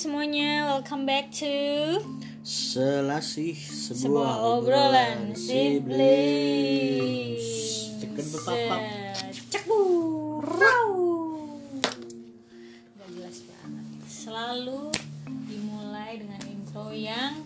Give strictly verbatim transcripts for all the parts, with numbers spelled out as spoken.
semuanya, welcome back to Selasih sebuah, sebuah obrolan sibling. Tekan berpapap. Cekbu. Rau. Gak jelas banget. Selalu dimulai dengan intro yang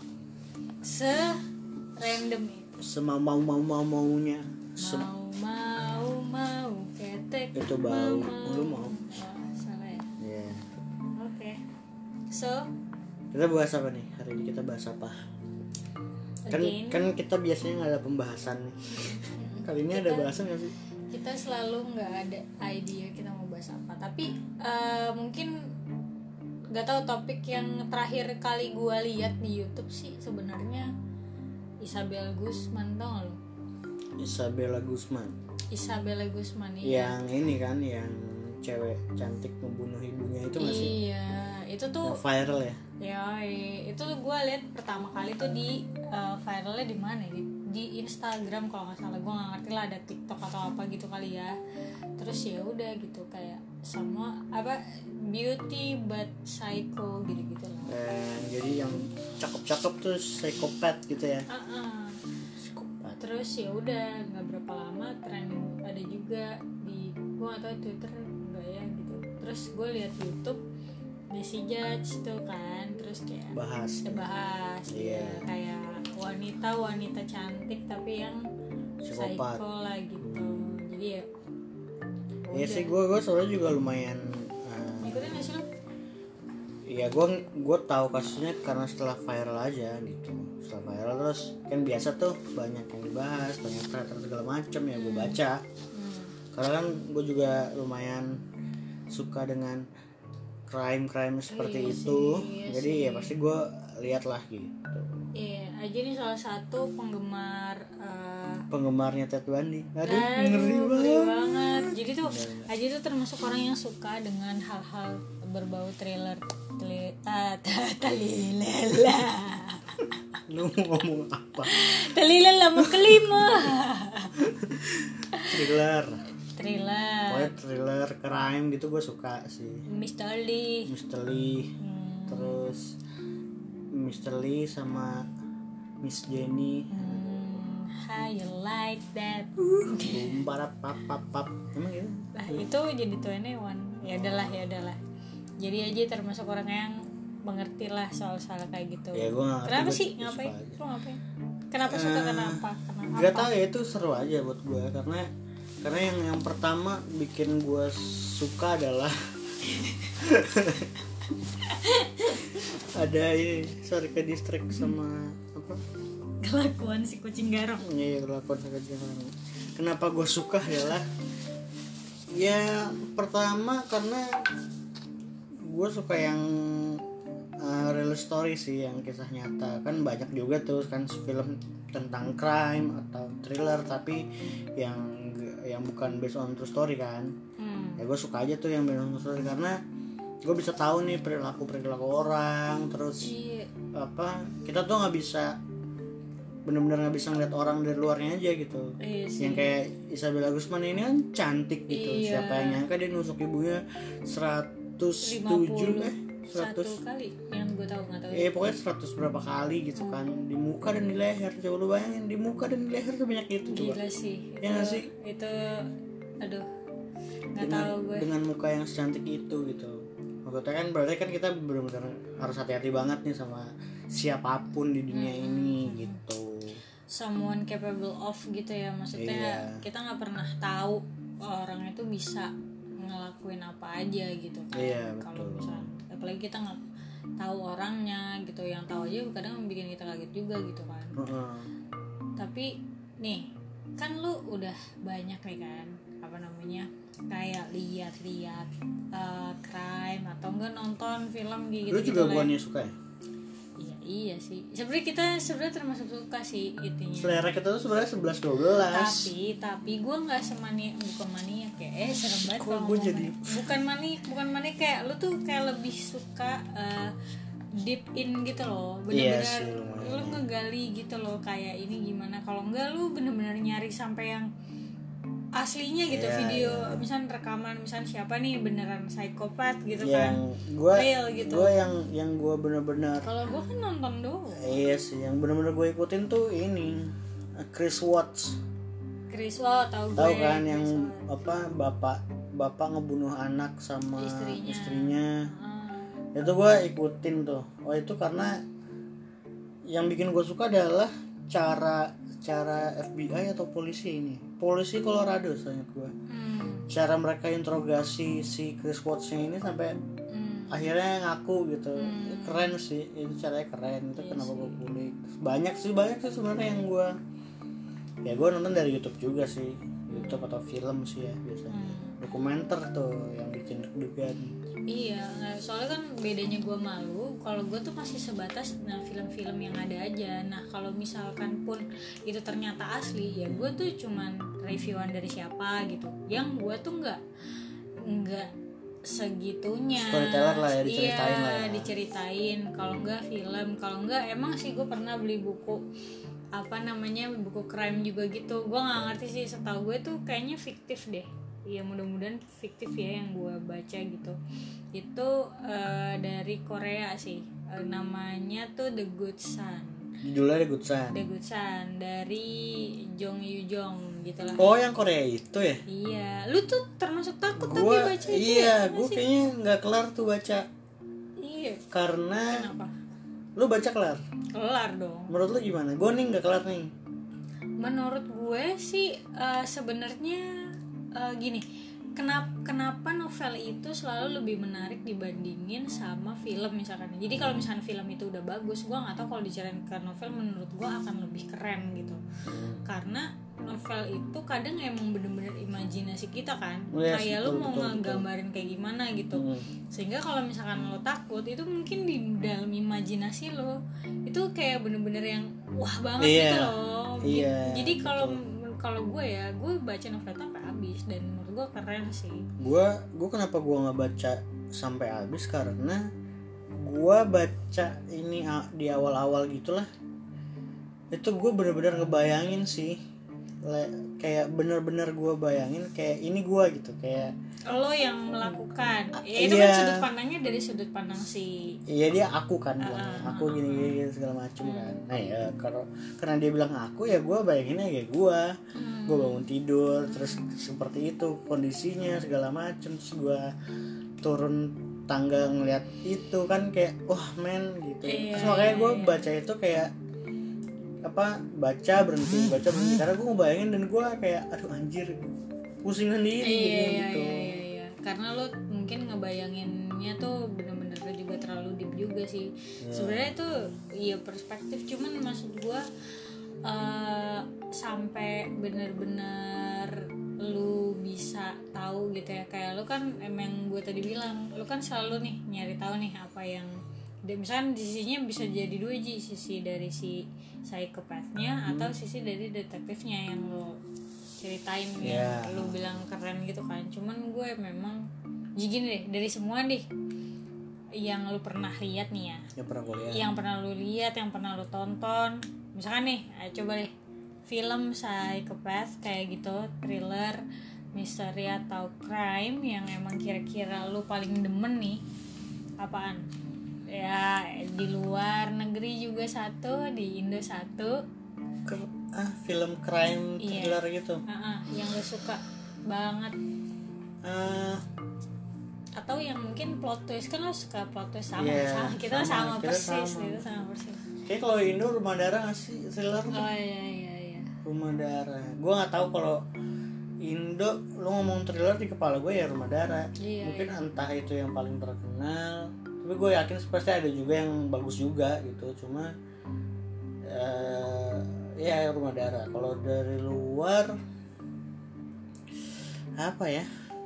se-random itu. Semau mau mau mau maunya. Sem- Mau mau mau ketek. Itu bau. Mau, Lu mau? Oh, salah ya. Yeah. Oke. So, Kita bahas apa nih? Hari ini kita bahas apa? Kan again, kan kita biasanya nggak ada pembahasan nih. Kali ini ada Kita- bahasan nggak sih? kita selalu nggak ada idea kita mau bahas apa, tapi uh, mungkin nggak tahu topik yang terakhir kali gue lihat di YouTube sih sebenarnya Isabel Guzman, tau gak lo? Isabella Guzman. Isabella Guzman ini Yang ini kan yang cewek cantik membunuh ibunya itu nggak sih? iya itu tuh Yang viral ya? ya itu gue lihat pertama kali tuh di uh, viralnya di mana ya? di, di Instagram kalau nggak salah, gue nggak ngerti lah, ada TikTok atau apa gitu kali ya. Terus ya udah gitu kayak sama apa beauty but psycho gitu gitu lah. Dan jadi yang cakep-cakep tuh psikopat gitu ya? Uh-uh. Psikopat. Terus ya udah nggak berapa lama tren ada juga di, gue nggak tahu Twitter enggak ya gitu. Terus gue lihat YouTube Desi Judge tuh kan, terus kayak Bahas. kita bahas Iya. ya, kayak wanita-wanita cantik tapi yang Psikopat. psycho lah gitu. Jadi ya Iya udah. sih, gue gue soalnya juga lumayan. Uh, Ngikutin gak sih lo? Iya, gue gue tahu kasusnya karena setelah viral aja gitu. Setelah viral terus kan biasa tuh banyak yang dibahas, banyak thread segala macam ya gue baca. Hmm. Karena kan gue juga lumayan suka dengan crime-crime seperti Iya itu. sih, iya Jadi sih. ya pasti gue lihat lah gitu. Iya, Aji ini salah satu penggemar uh, Penggemarnya Ted Bundy. Aduh, Aduh, ngeri ngeri banget. banget. Jadi tuh Bener. Aji tuh termasuk orang yang suka dengan hal-hal berbau thriller, thriller, ah, ta- talilela, Lu mau ngomong apa? talilela mau kelima, Thriller. thriller, Pokoknya thriller crime gitu gue suka sih. misteri, Mister Lee, hmm, terus Mister Lee sama Miss Jenny. hmm, how you like that? Boom barat pap pap pap. Emang gitu? Lah itu jadi twenty-one. Ya udahlah, ya udahlah. Jadi Aji termasuk orang yang mengerti lah soal-soal kayak gitu. Ya gue nggak ngerti, Kenapa gua sih suka ngapain? aja. Lu ngapain? Kenapa suka? Kenapa? Kenapa? Gak tau ya, itu seru aja buat gue karena karena yang yang pertama bikin gue suka adalah ada ini, sorry ke distrik sama apa? Kelakuan si kucing garong. Iya, kelakuan sama jangan. Kenapa gue suka adalah ya pertama karena gue suka yang uh, real story sih, yang kisah nyata. Kan banyak juga tuh kan film tentang crime atau thriller tapi yang yang bukan based on true story kan. Hmm. Ya gue suka aja tuh yang based on true story karena gue bisa tahu nih perilaku perilaku orang, terus Iya. apa kita tuh nggak bisa benar-benar nggak bisa ngeliat orang dari luarnya aja gitu. Iya sih. Yang kayak Isabella Guzman ini kan cantik gitu. Iya. Siapa yang nyangka dia nusuk ibunya seratus tujuh eh satu seratus kali yang gue tahu nggak tahu. eh pokoknya seratus berapa kali gitu kan, di muka dan di leher. Coba lu bayangin, di muka dan di leher sebanyak itu coba. Gila sih. Ya nggak sih? Itu aduh nggak Dengan, tahu gue. dengan muka yang secantik itu gitu. Maksudnya kan berarti kan kita benar-benar harus hati-hati banget nih sama siapapun di dunia Hmm. ini gitu. Someone capable of gitu ya, maksudnya Iya. kita nggak pernah tahu orang itu bisa ngelakuin apa aja gitu kan. Iya, Kalau betul. misalnya apalagi kita nggak tahu orangnya gitu, yang tahu aja kadang bikin kita kaget juga gitu kan. Heeh. Tapi nih kan lu udah banyak nih kan apa namanya kayak lihat-lihat uh, crime atau enggak nonton film gitu. Lu juga bukannya suka ya? Iya iya sih. Sebenarnya kita sebenarnya termasuk suka sih itunya. Selera kita tuh sebenarnya sebelas dua belas. Tapi tapi gue nggak semaniak, bukan maniak ya. Eh serem banget Kok kalau gua ngomong jadi- maniak. Bukan maniak, bukan maniak, kayak lu tuh kayak lebih suka uh, deep in gitu loh. Iya Bener-bener sih, lumayan. lu ngegali gitu loh kayak ini gimana. Kalau enggak lu bener-bener nyari sampai yang aslinya gitu, yeah, video yeah. misalnya rekaman misalnya siapa nih beneran psikopat gitu yang kan, gua, real gitu. Gue yang yang gue bener-bener. Kalau gue kan nonton doang. Iya sih, yang bener-bener gue ikutin tuh ini Chris Watts. Chris Watts tahu gue. Tahu kan yang apa bapak bapak ngebunuh anak sama istrinya. istrinya. Hmm. Itu gue ikutin tuh. Oh itu karena yang bikin gue suka adalah cara cara F B I atau polisi ini, polisi Colorado soalnya gue, hmm. cara mereka interogasi si Chris Watts-nya ini sampai hmm. akhirnya ngaku gitu, hmm. keren sih, itu caranya keren, itu yes, kenapa gue kulik. Banyak sih banyak sih sebenarnya yang gue, ya gue nonton dari YouTube juga sih, YouTube atau film sih ya biasanya, hmm. dokumenter tuh yang bikin deg-degan. Iya, soalnya kan bedanya gue malu, kalau gue tuh masih sebatas nah film-film yang ada aja. Nah kalau misalkan pun itu ternyata asli, ya gue tuh cuman reviewan dari siapa gitu. Yang gue tuh nggak nggak segitunya. Storyteller lah ya, diceritain iya, lah ya. diceritain. Kalau nggak film, kalau nggak emang sih gue pernah beli buku apa namanya buku crime juga gitu. Gue nggak ngerti sih, setahu gue tuh kayaknya fiktif deh. Ya mudah-mudahan fiktif ya yang gue baca gitu. Itu uh, dari Korea sih, uh, namanya tuh The Good Son. Judulnya The Good Son. The Good Son dari Jong Yoo Jong gitulah. Oh yang Korea itu ya? Iya, lu tuh termasuk takut gua, tapi baca itu. Iya, ya, gue kayaknya nggak kelar tuh baca. Iya. Karena. Kenapa? Lu baca kelar? Kelar dong. Menurut lu gimana? Gue nih nggak kelar nih. Menurut gue sih uh, sebenarnya uh, gini. Kenapa, kenapa novel itu selalu lebih menarik dibandingin sama film misalkan. Jadi kalau misalkan film itu udah bagus, gue nggak tahu kalau diceritain ke novel menurut gue akan lebih keren gitu. Karena novel itu kadang emang bener-bener imajinasi kita kan, yes, kayak betul, lu mau betul, ngegambarin betul. Kayak gimana gitu. Hmm. Sehingga kalau misalkan lo takut itu mungkin di dalam imajinasi lo itu kayak bener-bener yang wah banget yeah. gitu loh. Yeah, jadi kalau kalau gue ya gue baca novel sampai habis dan menurut gue keren sih. Gue gue kenapa gue nggak baca sampai habis karena gue baca ini di awal-awal gitulah. Itu gue benar-benar ngebayangin sih, Le, kayak benar-benar gue bayangin kayak ini gue gitu, kayak lo yang melakukan. Ya, itu iya, kan sudut pandangnya dari sudut pandang si. Iya dia aku kan uh, bilang uh, aku gini gini segala macam uh, kan. Nah ya kalau karena dia bilang aku ya gue bayanginnya kayak gue, hmm. gue bangun tidur terus seperti itu kondisinya segala macam, terus gue turun tangga ngeliat itu kan kayak wah men gitu. Iya, terus makanya gue iya. baca itu kayak apa baca berhenti baca berhenti karena gue ngebayangin dan gue kayak aduh anjir pusing sendiri iya, gitu. Iya, iya, iya. Karena lo mungkin ngebayanginnya tuh bener-bener juga terlalu deep juga sih. Yeah. Sebenarnya itu iya perspektif, cuman maksud gue uh, sampai bener-bener lu bisa tahu gitu ya, kayak lu kan emang gue tadi bilang lu kan selalu nih nyari tahu nih apa yang misalnya di sisinya bisa jadi dua ji, sisi dari si psikopathnya hmm. atau sisi dari detektifnya yang lo ceritain yeah. yang lu bilang keren gitu kan. Cuman gue memang gini deh, dari semua deh yang lu pernah lihat nih ya, yang pernah gue lihat, yang pernah lu lihat, yang pernah lu tonton, misalkan nih ayo coba deh film psikopat kayak gitu, thriller, misteri atau crime yang emang kira-kira lu paling demen nih apaan? Ya di luar negeri juga satu, di Indo satu. Ke- ah film crime thriller iya. gitu. Uh-uh, yang lo suka banget. Uh, atau yang mungkin plot twist, kan lo suka plot twist sama, yeah, sama. Kita sama, sama kita persis, sama. kita sama persis. Kayak kalau Indo Rumah Darah nggak sih thriller? Oh iya iya iya. Rumah Darah. Gue nggak tahu kalau Indo lo ngomong thriller di kepala gue ya Rumah Darah. Iya, mungkin iya. Entah itu yang paling terkenal. Tapi gue yakin pasti ada juga yang bagus juga gitu. Cuma uh, ya Rumah Darah. Kalau dari luar apa ya?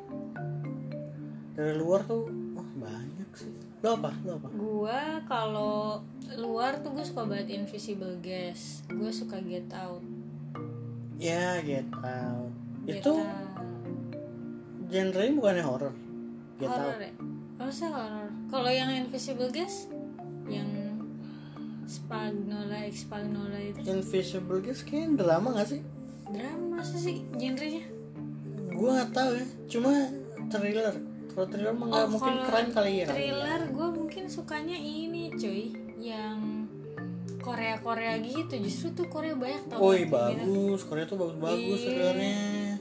Dari luar tuh oh banyak sih. Lo apa? Lo apa? Gue kalau luar tuh gue suka banget Invisible Guest. Gue suka Get Out. Ya Get Out. Get Itu out. genre-nya bukannya horror? Get horror Out. Ya? Oh sih horror. Kalau yang Invisible Guest, yang Spagnola, Spagnola itu. Invisible Guest kayaknya drama nggak sih? Drama masa sih genrenya? gue nggak tahu ya, cuma thriller. Kalau thriller mah nggak Oh, mungkin kalau keren kali ya. thriller gue mungkin sukanya ini cuy, yang Korea-Korea gitu. Justru tuh Korea banyak tau. Oh kayak gitu. bagus, Korea tuh bagus-bagus Iya. thrillernya.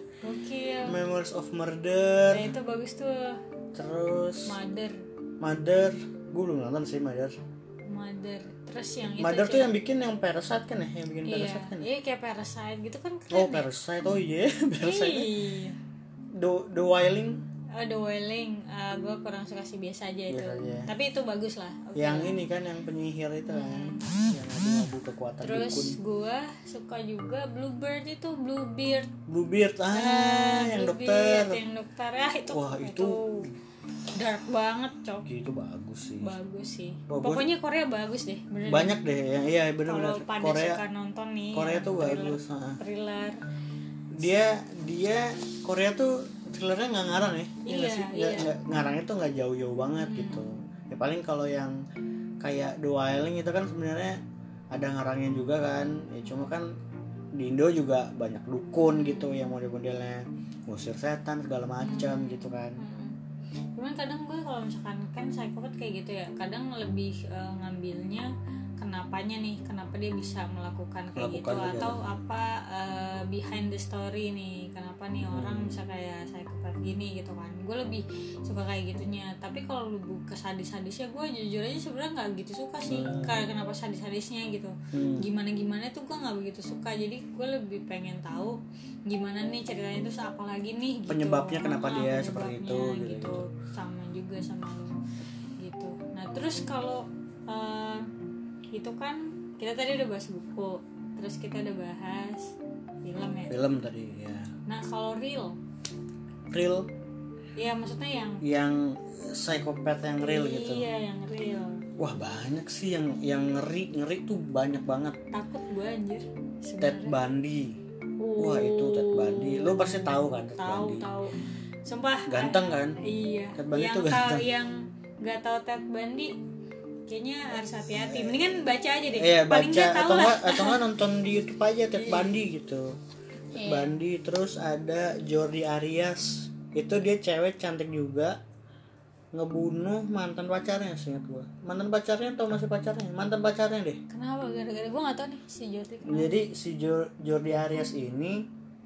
Gokil. Memories of Murder. Nah itu bagus tuh. Terus Mother. Mother, gue belum nonton sih Mother. Mother. Terus yang itu Mother tuh cuy. yang bikin yang Parasite kan ya, yang bikin Iya, Parasite kan. Ya? iya kayak Parasite gitu kan keren. Oh ya? Parasite, oh iya Parasite. Iya. The The Wailing. Oh, The Wailing, uh, gue kurang suka sih, biasa aja itu. Biasa aja. Tapi itu bagus lah. Oke Yang lah. ini kan yang penyihir itu kan, yang adu-adu kekuatan Terus dukun. gue suka juga Bluebird itu, Bluebeard. Bluebeard ah, Ah, yang Bluebeard, dokter. yang dokter ya itu. Wah, itu- dark banget, cok. Itu bagus sih. Bagus sih. Wah, gua- Pokoknya Korea bagus deh, bener. Banyak deh yang iya benar-benar Kalau pada Korea. suka nonton nih. Korea yang tuh thriller- bagus, ah. Thriller. Dia dia Korea tuh thrillernya nggak ngarang ya. Iya, nggak sih? Nggak- iya. nggak- ngarangnya tuh nggak jauh-jauh banget gitu. Ya paling kalau yang kayak The Wailing itu kan sebenarnya ada ngarangnya juga kan. Ya cuma kan di Indo juga banyak dukun gitu yang model-modelnya ngusir setan segala macam gitu kan. Mm. Cuman kadang gue kalau misalkan kan psikopat kayak gitu ya, kadang lebih uh, ngambilnya kenapanya nih, kenapa dia bisa melakukan kayak Melakukan gitu, kejadian. atau apa uh, behind the story nih, kenapa nih Hmm. orang bisa kayak psikopat gini gitu kan. Gue lebih suka kayak gitunya. Tapi kalau lu ke sadis-sadisnya, gue jujur aja sebenarnya nggak gitu suka sih. Hmm. Kayak kenapa sadis-sadisnya gitu, Hmm. gimana-gimana tuh gue nggak begitu suka. Jadi gue lebih pengen tahu gimana nih ceritanya tuh apa lagi nih gitu. Penyebabnya kenapa Ah, dia penyebabnya seperti itu, gitu. gitu. Sama juga sama lu gitu. Nah terus kalau uh, itu kan kita tadi udah bahas buku, terus kita udah bahas film ya. Film tadi ya. Nah kalau real, Real ya maksudnya yang yang psikopat yang real gitu. Iya yang real. Wah banyak sih yang yang ngeri ngeri tuh banyak banget. Takut gue anjir. Ted sebenarnya. Bundy. Oh. Wah itu Ted Bundy. Lo pasti tahu kan Ted Tahu Bundy. tahu. Sumpah. Ganteng ah, kan? Iya. Ted Bundy yang tuh tahu ganteng. yang nggak tahu Ted Bundy, kayaknya harus hati-hati. Mendingan baca aja deh. Iya Paling baca nggak tahu atau lah. enggak atau enggak nonton di YouTube aja Ted Iya. Bundy gitu. Ted Iya. Bundy terus ada Jordi Arias. Itu dia cewek cantik juga. Ngebunuh mantan pacarnya seingat gua. Mantan pacarnya atau masih pacarnya? Mantan pacarnya deh. Kenapa? Gara-gara gue nggak tahu nih si Jordi. kenapa. Jadi si Jo- Jordi Arias ini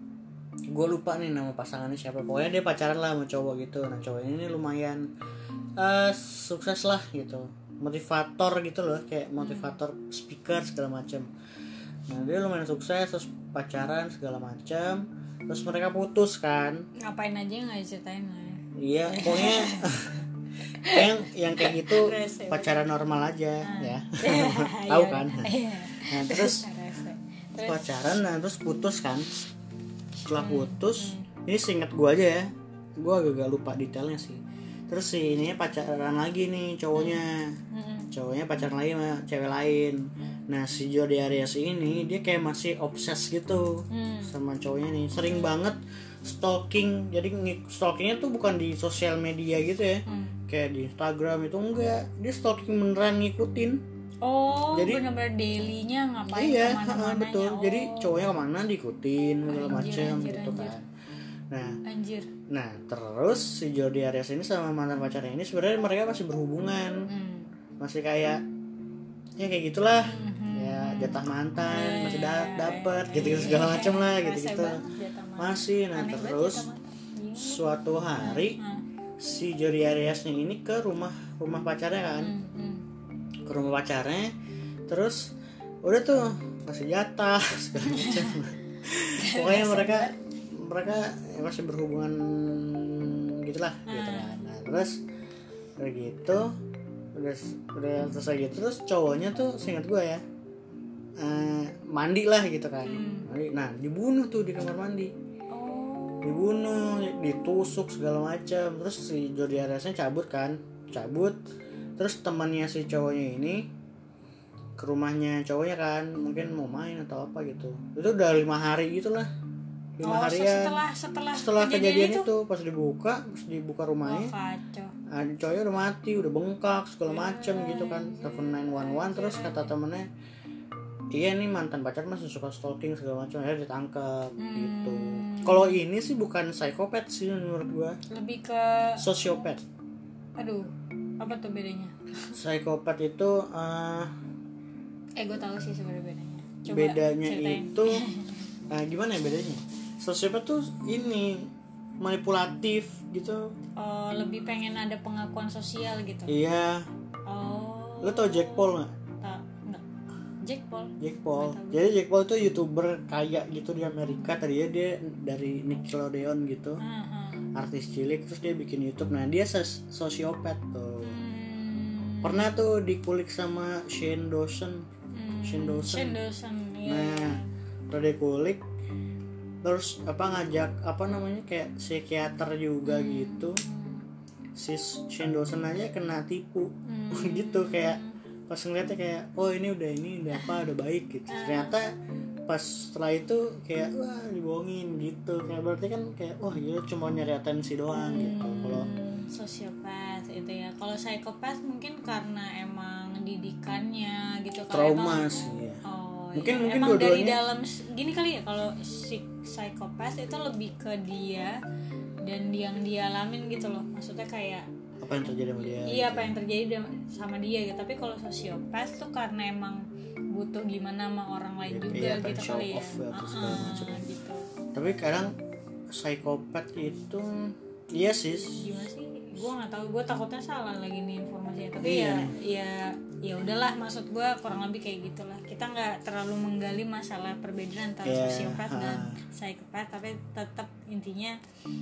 gue lupa nih nama pasangannya siapa. Pokoknya dia pacaran lah sama cowok gitu. Nah cowok ini lumayan eh, sukses lah gitu, motivator gitu loh, kayak motivator speaker segala macam. Nah dia lumayan sukses terus pacaran segala macam. Terus mereka putus kan. Ngapain aja nggak diceritain lah ya. Iya pokoknya yang yang kayak gitu Rese. pacaran normal aja ya. Iya, Tahu kan. Iya. Nah terus Rese. Terus pacaran nah terus putus kan. Setelah putus hmm. ini seinget gue aja ya, gue agak lupa detailnya sih. Terus si ini pacaran lagi nih cowoknya, Mm-mm. cowoknya pacaran lagi sama cewek lain. Nah si Jordi Arias ini dia kayak masih obses gitu Hmm. sama cowoknya nih, sering banget stalking. Jadi ngi- stalkingnya tuh bukan di sosial media gitu ya, Hmm. kayak di Instagram itu enggak, dia stalking beneran ngikutin. Oh, Jadi- benar-benar dailynya ngapain Iya, kemana-mananya. ha, betul. Oh. Jadi cowoknya kemana diikutin segala Anjir, macam anjir, gitu anjir. kan. Nah, Anjir. nah terus si Jordi Arias ini sama mantan pacarnya ini sebenarnya mereka masih berhubungan, Hmm. masih kayak ya kayak gitulah, Mhm. ya jatah mantan Eh, masih da- dapet gitu-gitu segala macam lah Rese gitu-gitu. banget jatah mantan. Masih, nah Aneh banget terus jatah mantan. Gimana? suatu hari Hmm. si Jordi Ariasnya ini ke rumah rumah pacarnya kan, Hmm. Hmm. ke rumah pacarnya, terus udah tuh masih jatah segala macam. Pokoknya mereka mereka masih berhubungan gitulah gitu kan. Nah terus udah gitu udah udah selesai gitu terus cowoknya tuh seingat gue ya eh, mandi lah gitu kan. Hmm. Mandi. Nah dibunuh tuh di kamar mandi, Oh. dibunuh, ditusuk segala macam. Terus si Jordi Ariasnya cabut kan, cabut. Terus temannya si cowoknya ini ke rumahnya cowoknya kan, mungkin mau main atau apa gitu. Itu udah lima hari gitulah, lima Oh, harian. setelah setelah Setelah kejadian, itu. itu pas dibuka, pas dibuka Oh, rumahnya, kacau. ah, cowoknya udah mati, udah bengkak segala macam gitu kan. Telepon sembilan satu satu terus kata temennya, iya nih mantan pacar masih suka stalking segala macam, akhirnya ditangkap Hmm. gitu. Kalau ini sih bukan psikopat sih menurut gua, Lebih ke sosiopat. aduh, apa tuh bedanya? Psikopat itu uh, Eh gue tahu sih sebenarnya bedanya. Coba bedanya ceritain. itu nah gimana ya bedanya? Sosiopat tuh ini manipulatif gitu. Oh, lebih pengen ada pengakuan sosial gitu. Iya. Oh. Lo tau Jack Paul nggak? Tak, enggak. Jack Paul. Jack Paul. Nggak tahu. Jadi Jack Paul tuh youtuber kaya gitu di Amerika. Tadinya dia dari Nickelodeon gitu, Ah, ah. artis cilik, terus dia bikin YouTube. Nah dia sos- sosiopat tuh. Hmm. Pernah tuh dikulik sama Shane Dawson. Hmm. Shane Dawson. Shane Dawson, iya. Nah, udah dikulik, terus apa ngajak apa namanya kayak psikiater juga gitu. Si Shane Dawson aja kena tipu gitu, kayak pas ngeliatnya kayak oh ini udah ini udah apa udah baik gitu. Ternyata pas setelah itu kayak wah dibohongin gitu. Kayak berarti kan kayak wah dia cuma nyari atensi doang gitu. Kalau Hmm, sosiopat itu ya. Kalau psikopat mungkin karena emang didikannya gitu kan. trauma Emang- sih ya. Oh, Mungkin- iya. mungkin emang dari dua-duanya. dalam gini kali ya, kalau si psikopat itu lebih ke dia dan yang dia alamin gitu loh. Maksudnya kayak Apa yang terjadi sama dia? iya apa yang terjadi da- sama dia gitu. Tapi kalau sosiopat tuh karena emang butuh gimana sama orang lain Iya, juga iya, pengen gitu show kali ya. off ya, atau segala Ah, macam. gitu. Tapi kadang psikopat itu iya sih. Gimana sih? Gue nggak tahu. Gue takutnya salah lagi nih informasinya. Tapi Iya. ya ya ya udahlah. Maksud gue kurang lebih kayak gitulah. Kita nggak terlalu menggali masalah perbedaan antara Iya, sosiopat ha. dan psikopat. Tapi tetap intinya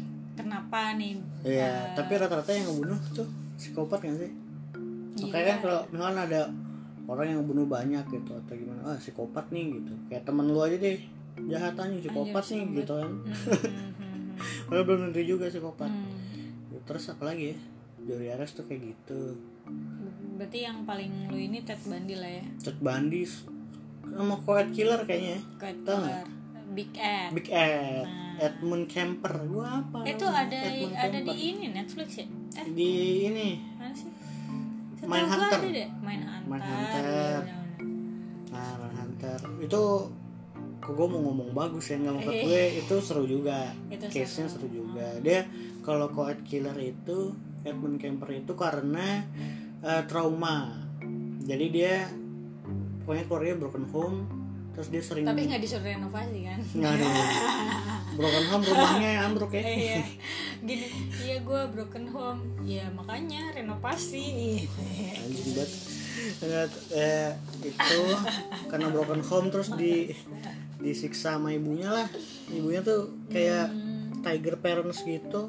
kenapa nih? Iya, eh, tapi rata-rata yang ngebunuh tuh psikopat kan sih? Iya. Makanya kan kalau misalnya ada orang yang bunuh banyak gitu atau gimana, ah psikopat nih gitu. Kayak teman lu aja deh, jahatannya psikopat nih psikopat. gitu kan. Hmm, hmm, hmm, hmm. Padahal belum tentu juga psikopat. Hmm. Terus apa lagi ya? Jory Ares tuh kayak gitu. Berarti yang paling lu ini Ted Bundy lah ya. Ted Bundy sama Coed Killer kayaknya. Ted Tahu nggak? Killer, Big Ed. Big Ed, Nah. Edmund Kemper. Gua apa? Itu namanya? ada Edmund ada Kemper. di ini Netflix ya? Eh, Di ini mana sih? Setahu Main gua Hunter. ada deh. Main Hunter. Main Hunter. Iya, benar-benar. Nah, Manhunter itu kok gue mau ngomong bagus ya, nggak maksud Eh. gue itu seru juga, Itu case-nya seru. seru juga. Dia kalau Coed Killer itu Edmund Kemper itu karena eh, trauma, jadi dia pokoknya keluarnya broken home, terus dia sering Tapi nggak disuruh renovasi kan? nggak ada broken home, rumahnya ambruk ya. Eh, iya. Gini, iya gue broken home. Ya makanya renovasi. Anjing banget. Nggak, eh, itu karena broken home terus di disiksa sama ibunya lah. Ibunya tuh kayak Hmm. tiger parents gitu.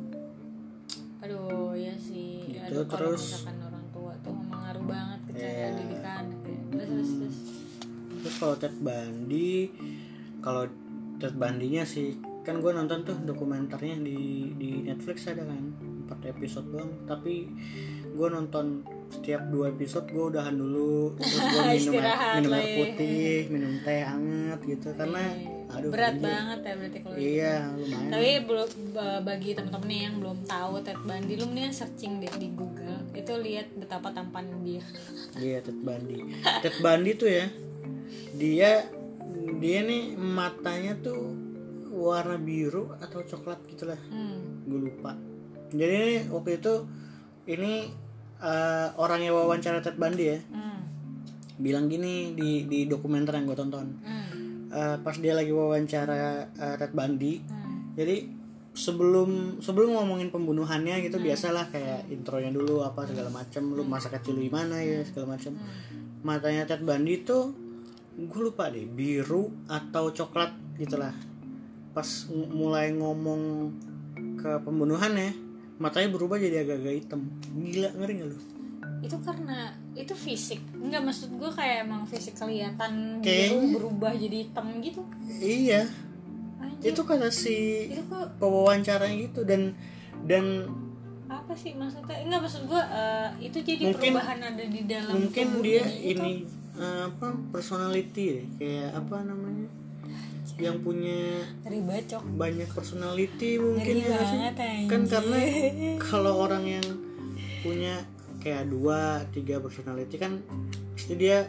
Aduh, ya sih. Gitu, Aduh, kalau terus- misalkan orang tua tuh memang ngaruh banget ke cara Iya. didik anak ya. Terus terus terus. Terus kalau Ted Bundy, kalau Ted Bundy-nya sih kan gue nonton tuh dokumenternya di di Netflix ada kan empat episode doang, tapi gue nonton setiap dua episode gue udahan dulu, terus gue minum air, Istirahat minum lah air ya. putih, minum teh anget gitu karena Eh, aduh berat anjir. banget ya berarti kalau gitu. Iya lumayan. Tapi belum ba- bagi temen-temen nih yang belum tahu Ted Bundy, lu mendingan searching deh di Google. Itu lihat betapa tampan dia. Dia Ted Bundy. Ted Bundy tuh ya, dia dia nih matanya tuh warna biru atau coklat gitulah, Hmm. gue lupa. Jadi nih, waktu itu ini eh, orang yang wawancara Ted Bundy ya Hmm. bilang gini di di dokumenter yang gue tonton. Hmm. Eh, pas dia lagi wawancara eh, Ted Bundy, Hmm. jadi sebelum sebelum ngomongin pembunuhannya gitu biasalah kayak intronya dulu apa segala macam, lu masa kecil lu gimana ya segala macam. Matanya Ted Bundy tuh gue lupa deh biru atau coklat gitulah. Pas ng- mulai ngomong ke pembunuhannya matanya berubah jadi agak-agak hitam. Gila, ngeri gak lu? Itu karena itu fisik. Enggak, maksud gue kayak emang fisik kelihatan Kayaknya. biru berubah jadi hitam gitu. Iya, Anjir. itu kata si Itu kok pewawancaranya gitu. Dan dan apa sih maksudnya? Enggak, maksud gue eh, itu jadi Mungkin- perubahan ada di dalam mungkin tubuhnya dia gitu. ini eh, apa personality ya, kayak apa namanya, yang punya Ngeri bacok. banyak personality mungkin Ngeri ya nggak sih? banget, anjir. Kan karena kalau orang yang punya kayak dua tiga personality kan pasti dia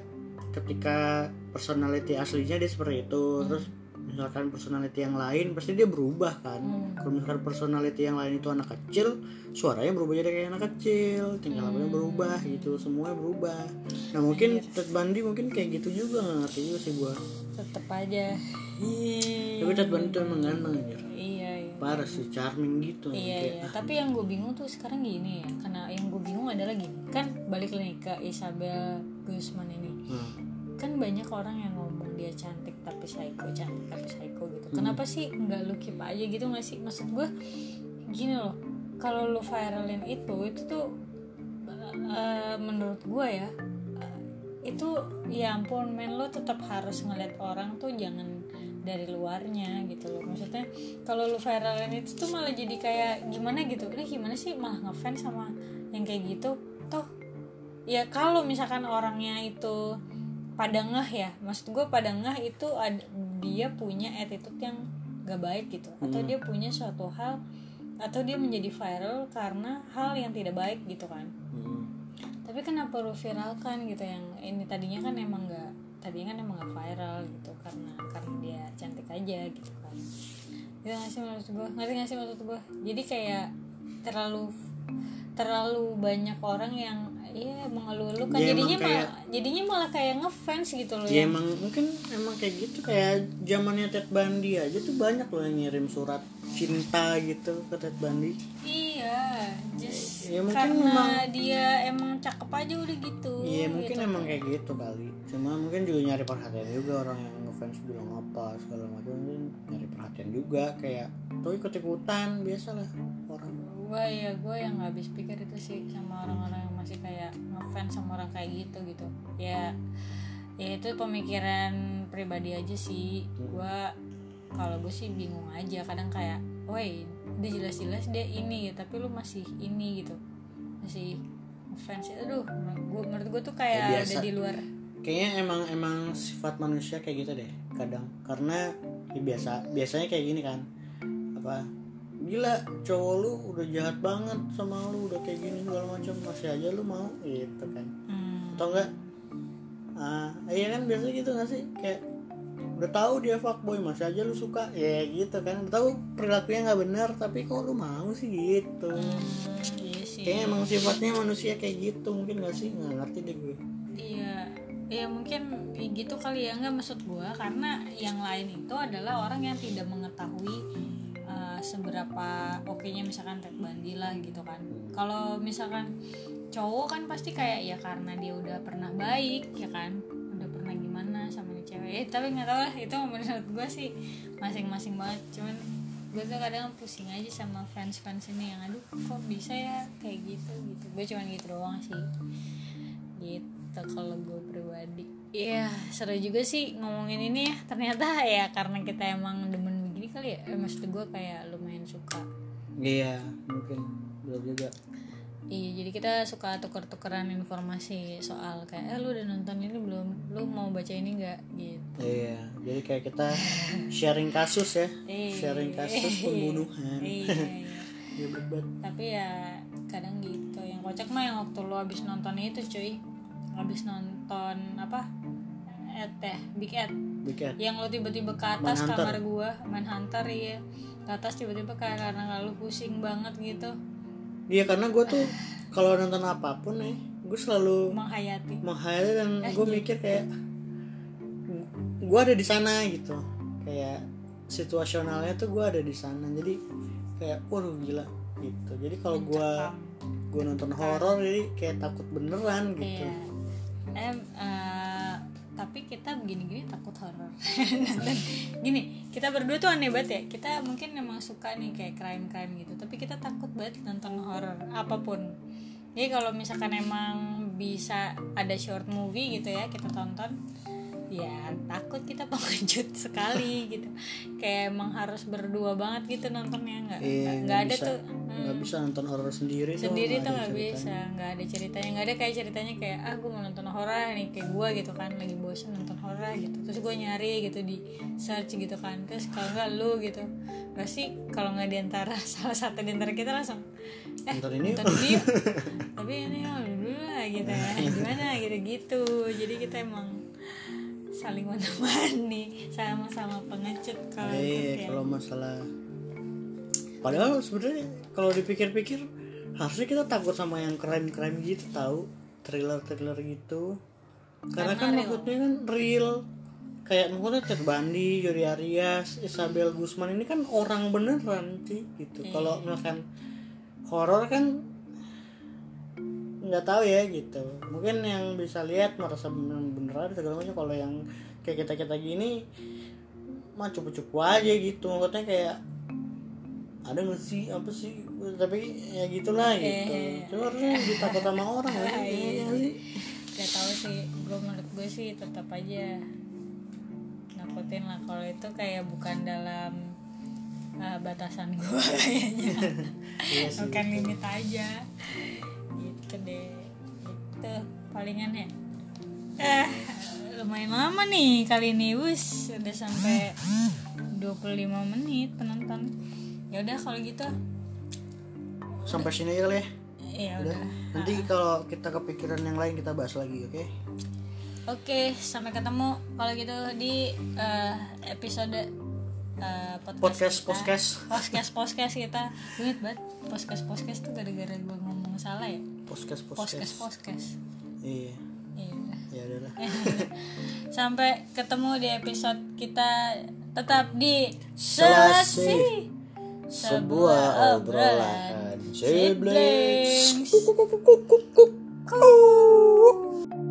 ketika personality aslinya dia seperti itu, hmm. terus misalkan personality yang lain pasti dia berubah kan. Hmm. Kalau misalkan personality yang lain itu anak kecil, suaranya berubah jadi kayak anak kecil, tingkah lakunya hmm. berubah gitu, semuanya berubah. Nah mungkin Anjir. Ted Bundy mungkin kayak gitu juga, nggak ngerti juga sih gua. Tetep aja. Tapi Ted Bundy tuh emang ganteng aja. Iya, iya. Parah sih, charming gitu. Iya, kayak, iya. Tapi yang gue bingung tuh sekarang gini ya, karena yang gue bingung adalah gini, kan balik lagi ke Isabel Guzman ini. Hmm. Kan banyak orang yang ngomong dia cantik tapi psycho, cantik tapi psycho gitu. Hmm. Kenapa sih nggak lu keep aja gitu nggak sih? Maksud gue gini loh, kalau lu viralin itu, itu tuh uh, menurut gue ya, uh, itu ya ampun men, lu tetap harus ngeliat orang tuh jangan dari luarnya gitu loh. Maksudnya kalau lu viralin itu tuh malah jadi kayak gimana gitu. Ini gimana sih malah ngefans sama yang kayak gitu? Toh ya kalau misalkan orangnya itu pada ngeh ya, maksud gue pada ngeh itu ada, dia punya attitude yang gak baik gitu, atau hmm. dia punya suatu hal, atau dia menjadi viral karena hal yang tidak baik gitu kan. hmm. Tapi kenapa lu viralkan gitu, yang ini tadinya kan emang gak, tadinya kan emang gak viral gitu karena karena dia cantik aja gitu kan. Gitu gak sih maksud gue, ngerti gak sih maksud gue? Jadi kayak terlalu terlalu banyak orang yang iya mengeluh-eluh kan, ya, jadinya kayak, malah jadinya malah kayak ngefans gitu loh ya. Ya emang mungkin emang kayak gitu, kayak zamannya Ted Bundy aja tuh banyak loh yang ngirim surat cinta gitu ke Ted Bundy. Iya, just ya, karena memang, dia emang cakep aja udah gitu. Iya mungkin gitu. Emang kayak gitu kali. Cuma mungkin juga nyari perhatian juga, orang yang ngefans bilang apa segala macam, nyari perhatian juga, kayak tuh ikut-ikutan biasalah orang. Gue ya gue yang nggak habis pikir itu sih sama orang-orang yang masih kayak ngefans sama orang kayak gitu gitu. Ya, ya itu pemikiran pribadi aja sih. Gue kalau gue sih bingung aja kadang kayak, woi, udah jelas-jelas dia ini ya, tapi lu masih ini gitu, masih ngefans. Aduh, gue menurut gue tuh kayak ya, ada di luar. Kayaknya emang emang sifat manusia kayak gitu deh kadang, karena ya biasa biasanya kayak gini kan, apa, gila cowok lu udah jahat banget sama lu, udah kayak gini segala macam, masih aja lu mau gitu kan. hmm. Atau enggak ah iya kan biasanya gitu nggak sih, kayak udah tahu dia fuckboy masih aja lu suka ya gitu kan, udah tahu perilakunya nggak benar tapi kok lu mau sih gitu. hmm, iya sih. Kayaknya emang sifatnya manusia kayak gitu mungkin, nggak sih, nggak ngerti deh gue. Iya ya mungkin gitu kali ya, nggak maksud gue karena yang lain itu adalah orang yang tidak mengetahui uh, seberapa oke-nya misalkan Ted Bundy lah gitu kan. Kalau misalkan cowok kan pasti kayak ya karena dia udah pernah baik ya kan, udah pernah gimana sama nih cewek. Eh, tapi nggak tahu lah, itu menurut gue sih masing-masing banget. Cuman gue tuh kadang pusing aja sama fans-fans ini yang aduh kok bisa ya kayak gitu gitu. Gue cuman gitu doang sih. Gitu kalau gue pribadi. Iya seru juga sih ngomongin ini ya. Ternyata ya karena kita emang demen begini kali ya. Eh, maksud gue kayak lumayan suka. Iya mungkin betul juga. Iya jadi kita suka tuker-tukeran informasi soal kayak eh lu udah nonton ini belum, lu mau baca ini nggak gitu. Iya jadi kayak kita sharing kasus ya. Iya, sharing kasus pembunuhan. Iya, iya. Ya, tapi ya kadang gitu. Yang kocak mah yang waktu lu abis nonton itu cuy, abis nonton apa Ed teh Big Ed, Big Ed yang lu tiba-tiba ke atas kamar gua Manhunter ya, ke atas tiba-tiba kayak karena lu pusing banget gitu. Iya karena gue tuh kalau nonton apapun nih gue selalu menghayati menghayati dan eh, gue mikir kayak gue ada di sana gitu, kayak situasionalnya tuh gue ada di sana, jadi kayak waduh gila gitu. Jadi kalau gue gue nonton horor jadi kayak takut beneran gitu. Iya. Eh, uh, tapi kita begini-gini takut horor. Gini, kita berdua tuh aneh banget ya. Kita mungkin memang suka nih kayak crime-crime gitu, tapi kita takut banget nonton horor apapun. Jadi kalau misalkan emang bisa ada short movie gitu ya kita tonton, ya takut kita pengecut sekali gitu. Kayak emang harus berdua banget gitu nontonnya, nggak iya, nggak ada bisa, tuh nggak hmm, bisa nonton horor sendiri sendiri tuh nggak bisa, nggak ada ceritanya, nggak ada kayak ceritanya kayak ah gue mau nonton horor nih kayak gue gitu kan, lagi bosan nonton horor gitu, terus gue nyari gitu di search gitu kan, terus kalau nggak lu gitu nggak sih, kalau nggak diantara salah satu diantara kita langsung eh nonton ini nonton ini tapi ini ya dulu lah gitu ya gimana gitu gitu. Jadi kita emang saling menemani, sama-sama pengecut kalau itu Iya, ya. kalau masalah padahal sebenarnya kalau dipikir-pikir harusnya kita takut sama yang crime-crime gitu, tahu, thriller-thriller gitu. Karena, Karena kan real. maksudnya kan real. Kayak maksudnya Ted Bundy, Yuri Arias, Isabel Guzman ini kan orang beneran sih gitu. Iya. Kalau misalkan horor kan nggak tahu ya gitu. Mungkin yang bisa lihat merasa bener-beneran segala macam. Kalau yang kayak kita-kita gini mah cupu-cupu aja gitu. Maksudnya kayak ada nggak sih apa sih, tapi ya gitulah gitu. Eh. Cuma harusnya ditakut sama orang ya. Iya. Iya sih. Gak tahu sih, gue menurut gue sih tetap aja nakutin lah. Kalau itu kayak bukan dalam uh, batasan gue kayaknya. Iya sih. Bukan limit aja gitu deh, gitu palingan ya. Eh lumayan lama nih kali ini, wus udah sampai dua puluh lima menit penonton. Ya udah kalau gitu Sampai sini aja lah ya. ya Udah. udah. Nanti kalau kita kepikiran yang lain kita bahas lagi, oke? Oke, sampai ketemu kalau gitu di uh, episode uh, Podcast, podcast podcast. podcast podcast kita. Gue inget banget podcast podcast tuh gara-gara gue ngomong salah ya. Podcast, Podcast podcast. podcast. Iya. Iya. Ya udahlah. Sampai ketemu di episode kita, tetap di Selasi. Selasi. Sebuah obrolan siblings. siblings.